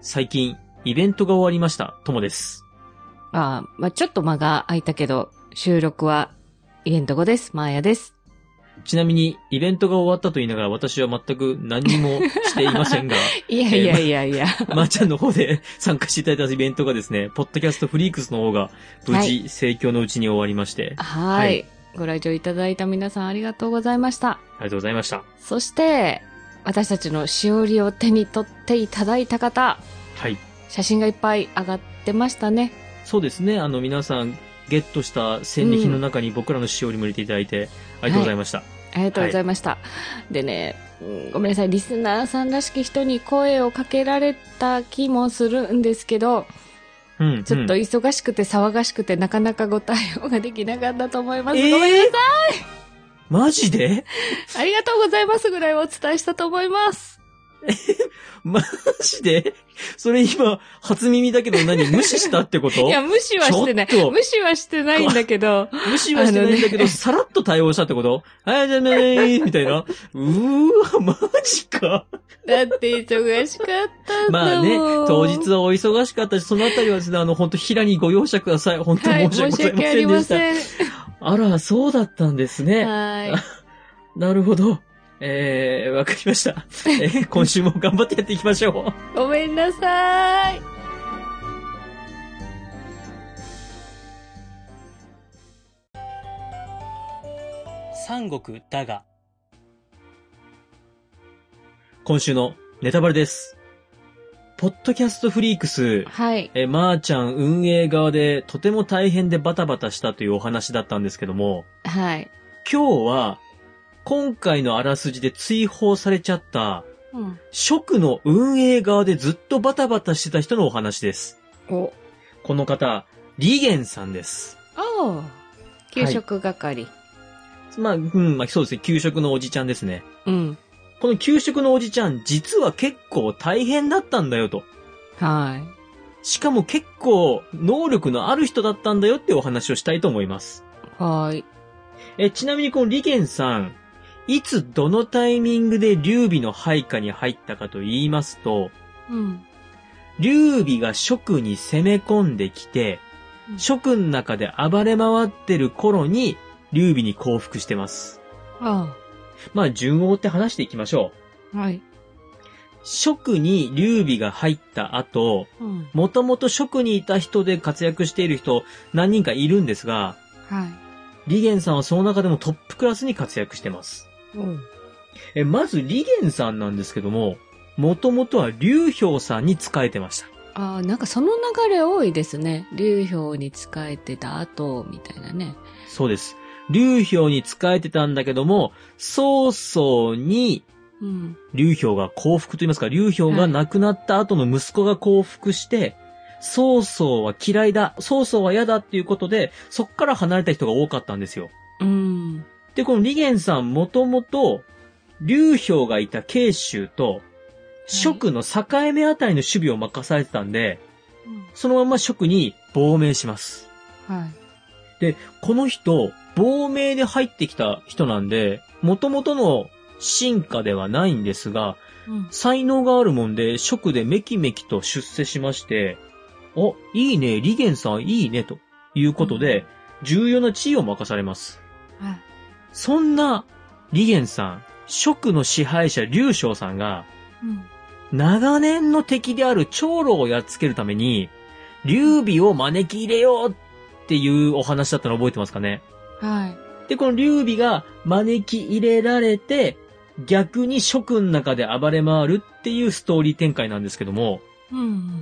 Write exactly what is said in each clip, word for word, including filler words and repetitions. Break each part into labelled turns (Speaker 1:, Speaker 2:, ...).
Speaker 1: 最近、イベントが終わりました。ともです。
Speaker 2: ああ、まあ、ちょっと間が空いたけど、収録はイベント後です。マーヤです。
Speaker 1: ちなみに、イベントが終わったと言いながら私は全く何にもしていませんが。
Speaker 2: いやいやいやいや。
Speaker 1: えー、ま、まーちゃんの方で参加していただいたイベントがですね、ポッドキャストフリークスの方が無事、盛況のうちに終わりまして。
Speaker 2: はい。はい。ご来場いただいた皆さんありがとうございました。あ
Speaker 1: りがとうございました。
Speaker 2: そして、私たちのしおりを手に取っていただいた方。
Speaker 1: はい。
Speaker 2: 写真がいっぱい上がってましたね。
Speaker 1: そうですね。あの皆さん、ゲットした戦利品の中に僕らのしおりも入れていただいて、ありがとうございました。はい、
Speaker 2: ありがとうございました。はい、でね、ごめんなさい、リスナーさんらしき人に声をかけられた気もするんですけど、うんうん、ちょっと忙しくて騒がしくてなかなかご対応ができなかったと思います。えー、ごめんなさい。
Speaker 1: マジで？
Speaker 2: ありがとうございますぐらいお伝えしたと思います。
Speaker 1: え、マジで？それ今、初耳だけど何？無視したってこと？
Speaker 2: いや、無視はしてない。無視はしてないんだけど。
Speaker 1: 無視はしてないんだけど、ね、さらっと対応したってこと？はい、じゃあねーみたいな。うーわ、マジか。
Speaker 2: だって忙しかったんだもん。
Speaker 1: まあね、当日はお忙しかったし、そのあたりはですね、あの、本当平にご容赦ください。本当申し訳ございませんでした。はい、申し訳ありません。あら、そうだったんですね。
Speaker 2: はい。
Speaker 1: なるほど。えー、わかりました。えー、今週も頑張ってやっていきましょ
Speaker 2: う。ごめんなさい。
Speaker 1: 三国だが。今週のネタバレです。ポッドキャストフリークス。
Speaker 2: はい。
Speaker 1: え、まーちゃん運営側でとても大変でバタバタしたというお話だったんですけども。
Speaker 2: はい。
Speaker 1: 今日は、今回のあらすじで追放されちゃった、うん、職の運営側でずっとバタバタしてた人のお話です。
Speaker 2: お。
Speaker 1: この方、リゲンさんです。
Speaker 2: おー。給食係。はい、
Speaker 1: まあ、うん、まあそうですね。給食のおじちゃんですね。
Speaker 2: うん。
Speaker 1: この給食のおじちゃん、実は結構大変だったんだよと。
Speaker 2: はい。
Speaker 1: しかも結構能力のある人だったんだよってお話をしたいと思います。
Speaker 2: はい。
Speaker 1: え、ちなみにこのリゲンさん、いつどのタイミングで劉備の配下に入ったかと言いますと、
Speaker 2: うん、
Speaker 1: 劉備が蜀に攻め込んできて、うん、蜀の中で暴れ回ってる頃に劉備に降伏してます。
Speaker 2: ああ。
Speaker 1: まあ順を追って話していきましょ
Speaker 2: う。はい。
Speaker 1: 蜀に劉備が入った後、もともと蜀にいた人で活躍している人何人かいるんですが、
Speaker 2: はい。
Speaker 1: リゲンさんはその中でもトップクラスに活躍してます。
Speaker 2: うん、
Speaker 1: えまず、リゲンさんなんですけども、もともとは劉氷さんに仕えてました。
Speaker 2: ああ、なんかその流れ多いですね。劉氷に仕えてた後、みたいなね。
Speaker 1: そうです。劉氷に仕えてたんだけども、曹操に、劉氷が降伏と言いますか、劉氷が亡くなった後の息子が降伏して、はい、曹操は嫌いだ、曹操は嫌だっていうことで、そっから離れた人が多かったんですよ。
Speaker 2: うん。
Speaker 1: で、このリゲンさんもともと、劉氷がいた慶州と、蜀の境目あたりの守備を任されてたんで、はい、そのまま蜀に亡命します。
Speaker 2: はい。
Speaker 1: で、この人、亡命で入ってきた人なんで、元々の進化ではないんですが、うん、才能があるもんで、蜀でめきめきと出世しまして、お、いいね、リゲンさんいいね、ということで、うん、重要な地位を任されます。
Speaker 2: はい。
Speaker 1: そんな、リゲンさん、蜀の支配者劉将さんが、うん、長年の敵である長老をやっつけるために、劉備を招き入れようっていうお話だったの覚えてますかね？
Speaker 2: はい。
Speaker 1: で、この劉備が招き入れられて、逆に蜀の中で暴れ回るっていうストーリー展開なんですけども、
Speaker 2: うんうん、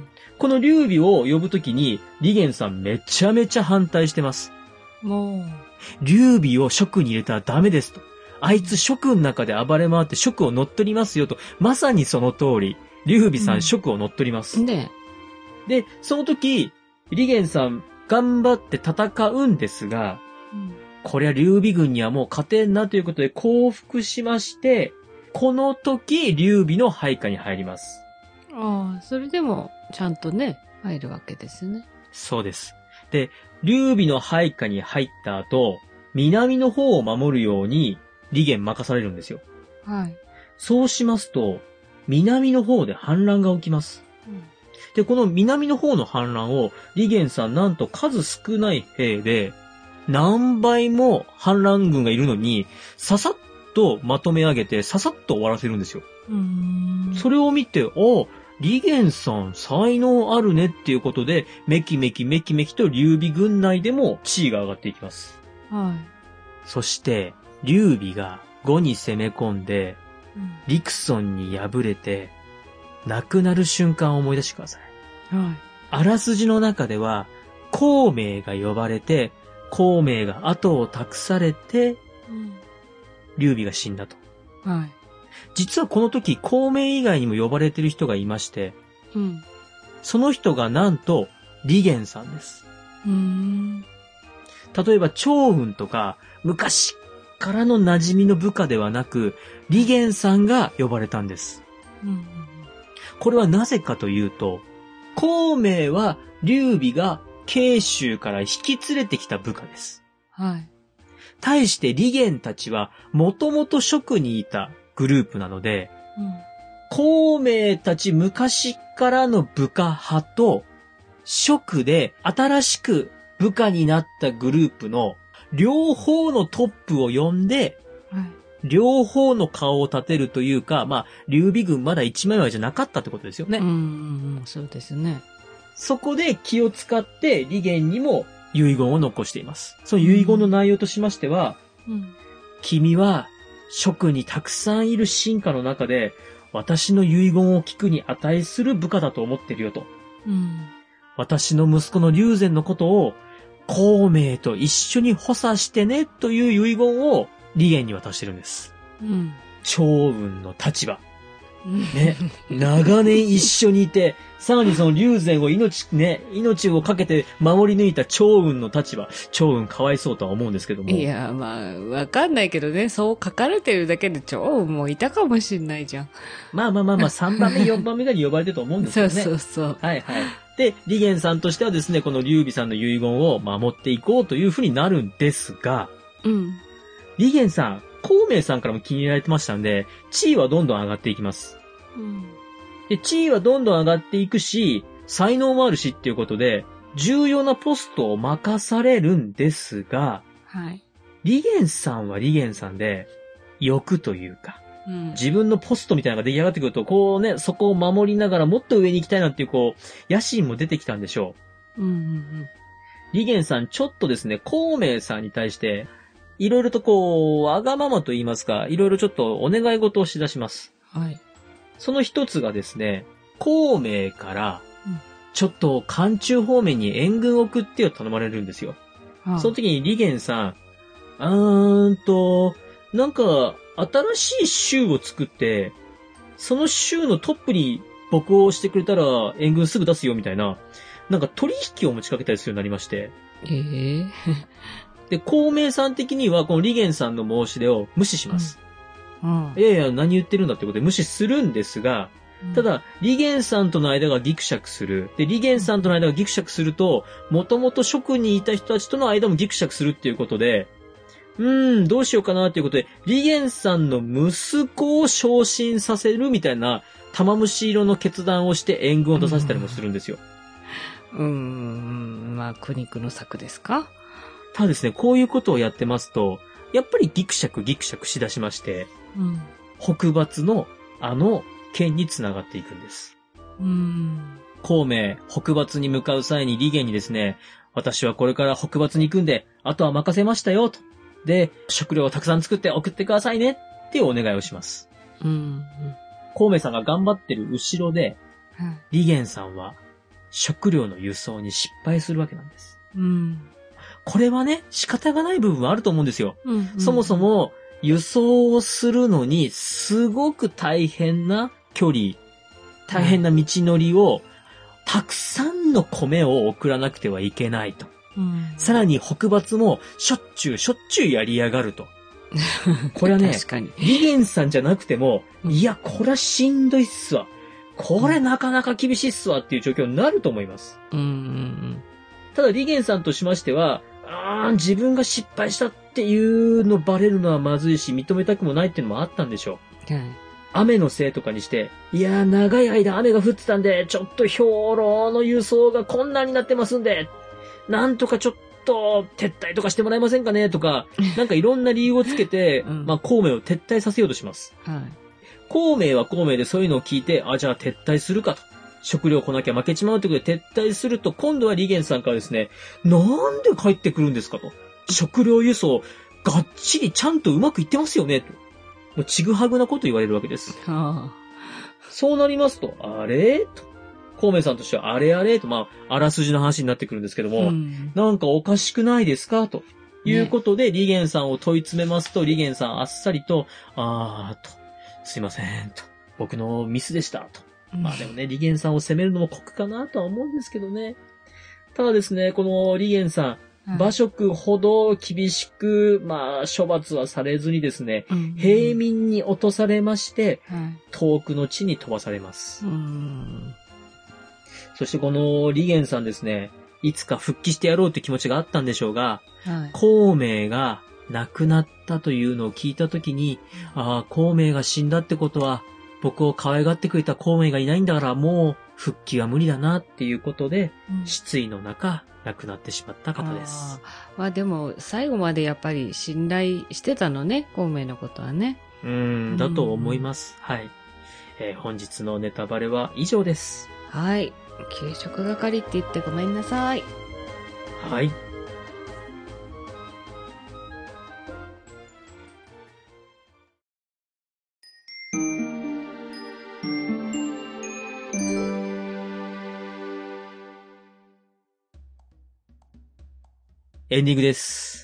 Speaker 2: こ
Speaker 1: の劉備を呼ぶときに、リゲンさんめちゃめちゃ反対してます。
Speaker 2: もう。
Speaker 1: 劉備を蜀に入れたらダメですと。あいつ蜀の中で暴れ回って蜀を乗っ取りますよと。まさにその通り、劉備さん蜀、うん、を乗っ取ります。
Speaker 2: ね。
Speaker 1: で、その時、リゲンさん頑張って戦うんですが、うん、これは劉備軍にはもう勝てんなということで降伏しまして、この時、劉備の配下に入ります。
Speaker 2: ああ、それでも、ちゃんとね、入るわけですね。
Speaker 1: そうです。で、劉備の配下に入った後、南の方を守るように、リゲン任されるんですよ。
Speaker 2: はい。
Speaker 1: そうしますと、南の方で反乱が起きます。うん、 で、この南の方の反乱を、李元さんなんと数少ない兵で、何倍も反乱軍がいるのに、ささっとまとめ上げて、ささっと終わらせるんですよ。
Speaker 2: うーん
Speaker 1: それを見て、あ、李元さん才能あるねっていうことで、めきめきめきめきと劉備軍内でも地位が上がっていきます。
Speaker 2: はい。
Speaker 1: そして、劉備が呉に攻め込んで、陸遜に敗れて、亡くなる瞬間を思い出してください。
Speaker 2: はい。
Speaker 1: あらすじの中では、孔明が呼ばれて、孔明が後を託されて、劉備が死んだと。
Speaker 2: はい。
Speaker 1: 実はこの時、孔明以外にも呼ばれてる人がいまして、
Speaker 2: うん。
Speaker 1: その人がなんと、李元さんです。
Speaker 2: うーん。
Speaker 1: 例えば、趙雲とか、昔からの馴染みの部下ではなく、李元さんが呼ばれたんです。
Speaker 2: うん。
Speaker 1: これはなぜかというと、孔明は劉備が慶州から引き連れてきた部下です。
Speaker 2: はい。
Speaker 1: 対して李元たちはもともと蜀にいたグループなので、
Speaker 2: うん、
Speaker 1: 孔明たち昔からの部下派と、蜀で新しく部下になったグループの両方のトップを呼んで、
Speaker 2: はい、
Speaker 1: 両方の顔を立てるというか、まあ、劉備軍まだ一枚岩じゃなかったってことですよね。
Speaker 2: うん、うん、そうですね。
Speaker 1: そこで気を使って李元にも遺言を残しています。その遺言の内容としましては、
Speaker 2: うん、
Speaker 1: 君は蜀にたくさんいる臣下の中で私の遺言を聞くに値する部下だと思ってるよと。
Speaker 2: うん、
Speaker 1: 私の息子の劉禅のことを孔明と一緒に補佐してねという遺言を李元に渡してるんです。
Speaker 2: うん、
Speaker 1: 趙雲の立場。ね。長年一緒にいて、さらにその劉禅を命、ね、命をかけて守り抜いた趙雲の立場。趙雲かわいそうとは思うんですけども。
Speaker 2: いや、まあ、わかんないけどね、そう書かれてるだけで趙雲もいたかもしんないじゃん。
Speaker 1: まあまあまあまあ、さんばんめ、よんばんめぐらいに呼ばれてると思うんですよね。
Speaker 2: そうそうそう。
Speaker 1: はいはい。で、李元さんとしてはですね、この劉備さんの遺言を守っていこうというふうになるんですが、
Speaker 2: うん。
Speaker 1: 李元さん、孔明さんからも気に入られてましたんで、地位はどんどん上がっていきます。
Speaker 2: うん。
Speaker 1: で、地位はどんどん上がっていくし、才能もあるしっていうことで、重要なポストを任されるんですが、
Speaker 2: はい。
Speaker 1: 李元さんは李元さんで、欲というか、
Speaker 2: うん、
Speaker 1: 自分のポストみたいなのが出来上がってくると、こうね、そこを守りながらもっと上に行きたいなっていう、こう、野心も出てきたんでしょ
Speaker 2: う。うんうんうん。
Speaker 1: 李元さん、ちょっとですね、孔明さんに対して、いろいろとこう、わがままと言いますか、いろいろちょっとお願い事をしだします。
Speaker 2: はい。
Speaker 1: その一つがですね、孔明から、ちょっと漢中方面に援軍を送ってよ頼まれるんですよ。
Speaker 2: はあ、
Speaker 1: その時に李元さん、あーんと、なんか、新しい州を作って、その州のトップに僕をしてくれたら援軍すぐ出すよみたいな、なんか取引を持ちかけたりするようになりまして。
Speaker 2: ええー、
Speaker 1: で、孔明さん的にはこの李元さんの申し出を無視します。
Speaker 2: うんうん、
Speaker 1: いやいや、何言ってるんだってことで無視するんですが、ただ、李元さんとの間がギクシャクする。で、李元さんとの間がギクシャクすると、もともと蜀にいた人たちとの間もギクシャクするっていうことで、うーん、どうしようかなっていうことで、李元さんの息子を昇進させるみたいな、玉虫色の決断をして援軍を出させたりもするんですよ。
Speaker 2: うーん、まあ、苦肉の策ですか？
Speaker 1: ただですね、こういうことをやってますと、やっぱりギクシャクギクシャクしだしまして、
Speaker 2: うん、
Speaker 1: 北伐のあの剣につながっていくんです。
Speaker 2: うーん、
Speaker 1: 孔明、北伐に向かう際に李元にですね、私はこれから北伐に行くんで、あとは任せましたよ、と。で、食料をたくさん作って送ってくださいね、っていうお願いをします。
Speaker 2: うんうん、
Speaker 1: 孔明さんが頑張ってる後ろで、
Speaker 2: はい、
Speaker 1: 李元さんは食料の輸送に失敗するわけなんです。
Speaker 2: うん、
Speaker 1: これはね、仕方がない部分はあると思うんですよ。
Speaker 2: うんうん、
Speaker 1: そもそも、輸送をするのに、すごく大変な距離、大変な道のりを、たくさんの米を送らなくてはいけないと。
Speaker 2: うん、
Speaker 1: さらに北伐もしょっちゅうしょっちゅうやりやがると。これはね、
Speaker 2: 確かに
Speaker 1: 李元さんじゃなくても、いや、これはしんどいっすわ。これなかなか厳しいっすわっていう状況になると思います。
Speaker 2: うんうんうん、
Speaker 1: ただ李元さんとしましては、あー自分が失敗したっていうのバレるのはまずいし、認めたくもないっていうのもあったんでしょう。
Speaker 2: はい、
Speaker 1: 雨のせいとかにして、いやー長い間雨が降ってたんで、ちょっと兵糧の輸送が困難になってますんで、なんとかちょっと撤退とかしてもらえませんかねとか、なんかいろんな理由をつけて、うん、まあ孔明を撤退させようとします。はい、孔明は孔明でそういうのを聞いて、あ、じゃあ撤退するかと。食料来なきゃ負けちまうということで撤退すると、今度はリゲンさんからですね、なんで帰ってくるんですかと。食料輸送、がっちりちゃんとうまくいってますよねと。もうちぐはぐなこと言われるわけです。はあ、そうなりますと、あれと。孔明さんとしては、あれあれと、まあ、あらすじの話になってくるんですけども、うん、なんかおかしくないですかということで、ね、リゲンさんを問い詰めますと、リゲンさんあっさりと、あーと、すいませんと、僕のミスでしたと。うん、まあでもね、リゲンさんを責めるのも酷かなとは思うんですけどね。ただですね、このリゲンさん、馬謖ほど厳しく、まあ、処罰はされずにですね、うんうん、平民に落とされまして、はい、遠くの地に飛ばされます。うん、そしてこのリゲンさんですね、いつか復帰してやろうって気持ちがあったんでしょうが、はい、孔明が亡くなったというのを聞いたときに、ああ、孔明が死んだってことは、僕を可愛がってくれた孔明がいないんだからもう復帰は無理だなっていうことで、うん、失意の中、亡くなってしまった方です。
Speaker 2: あまあでも最後までやっぱり信頼してたのね、孔明のことはね。
Speaker 1: うーん、だと思います。はい、えー。本日のネタバレは以上です。
Speaker 2: はい。給食係って言ってごめんなさい。
Speaker 1: はい。エンディングです。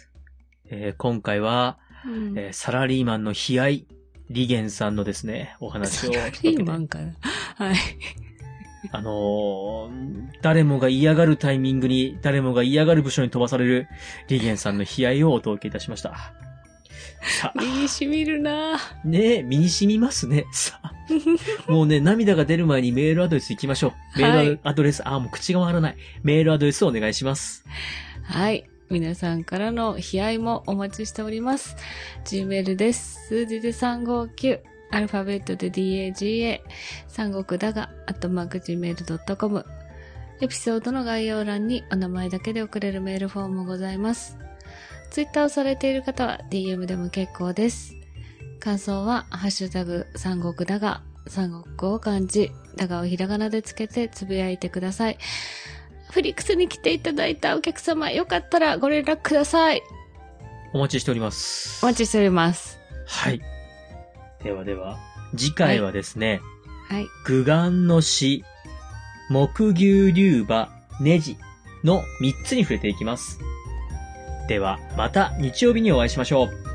Speaker 1: えー、今回は、うんえー、サラリーマンの悲哀、リゲンさんのですね、お話を。
Speaker 2: サラリーマンかなはい。
Speaker 1: あのー、誰もが嫌がるタイミングに、誰もが嫌がる部署に飛ばされるリゲンさんの悲哀をお届けいたしました。
Speaker 2: さあ。身に染みるな
Speaker 1: ねえ、身に染みますね。さあ。もうね、涙が出る前にメールアドレス行きましょう。メールアドレス、はい、あ、もう口が回らない。メールアドレスをお願いします。
Speaker 2: はい。皆さんからの悲哀もお待ちしております。Gmail です。数字でさんごきゅう、アルファベットで ダガ、三国だが、アットマーク ジーメールドットコム。エピソードの概要欄にお名前だけで送れるメールフォームもございます。Twitter をされている方は ディーエム でも結構です。感想は、ハッシュタグ、三国だが、三国を漢字、だがをひらがなでつけてつぶやいてください。フリックスに来ていただいたお客様、よかったらご連絡ください。
Speaker 1: お待ちしております。
Speaker 2: お待ちしております。
Speaker 1: はい。ではでは、次回はですね、
Speaker 2: はい。
Speaker 1: 具眼の詩、木牛龍馬、ネジのみっつに触れていきます。では、また日曜日にお会いしましょう。